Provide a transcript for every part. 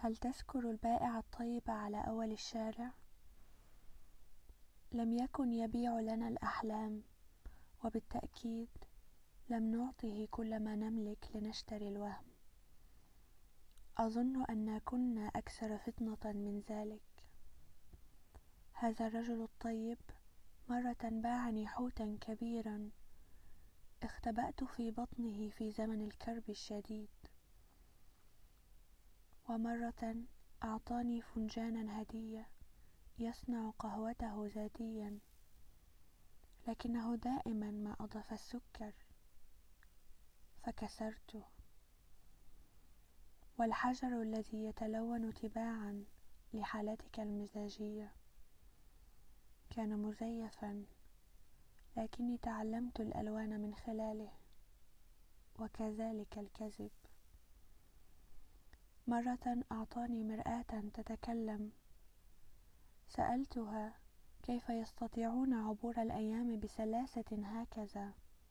هل تذكر البائع الطيب على أول الشارع؟ لم يكن يبيع لنا الأحلام، وبالتأكيد لم نعطه كل ما نملك لنشتري الوهم. أظن أننا كنا أكثر فطنة من ذلك. هذا الرجل الطيب مرة باعني حوتا كبيرا اختبأت في بطنه في زمن الكرب الشديد، ومرة أعطاني فنجانا هدية يصنع قهوته ذاتيا، لكنه دائما ما أضاف السكر فكسرته. والحجر الذي يتلون تباعا لحالتك المزاجية كان مزيفا، لكني تعلمت الألوان من خلاله، وكذلك الكذب. مرة أعطاني مرآة تتكلم، سألتها كيف يستطيعون عبور الأيام بسلاسة هكذا؟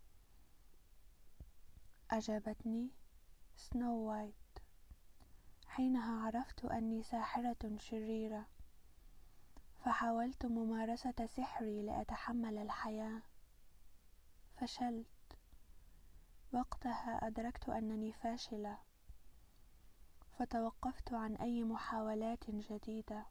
أجابتني: سنو وايت. حينها عرفت أني ساحرة شريرة، فحاولت ممارسة سحري لأتحمل الحياة. فشلت. وقتها أدركت أنني فاشلة، فتوقفت عن أي محاولات جديدة.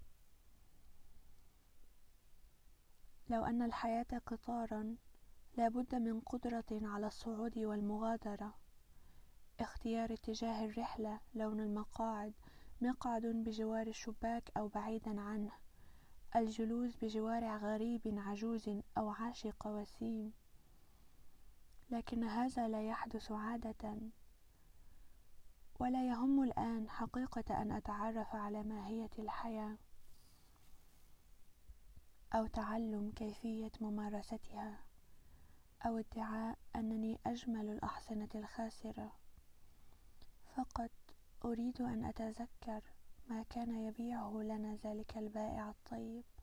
لو أن الحياة قطارا، لابد من قدرة على الصعود والمغادرة، اختيار اتجاه الرحلة، لون المقاعد، مقعد بجوار الشباك أو بعيدا عنه، الجلوس بجوار غريب عجوز أو عاشق وسيم. لكن هذا لا يحدث عادة، ولا يهم الآن حقيقة أن أتعرف على ماهية الحياة أو تعلم كيفية ممارستها أو ادعاء أنني أجمل الأحصنة الخاسرة. فقط أريد أن أتذكر ما كان يبيعه لنا ذلك البائع الطيب.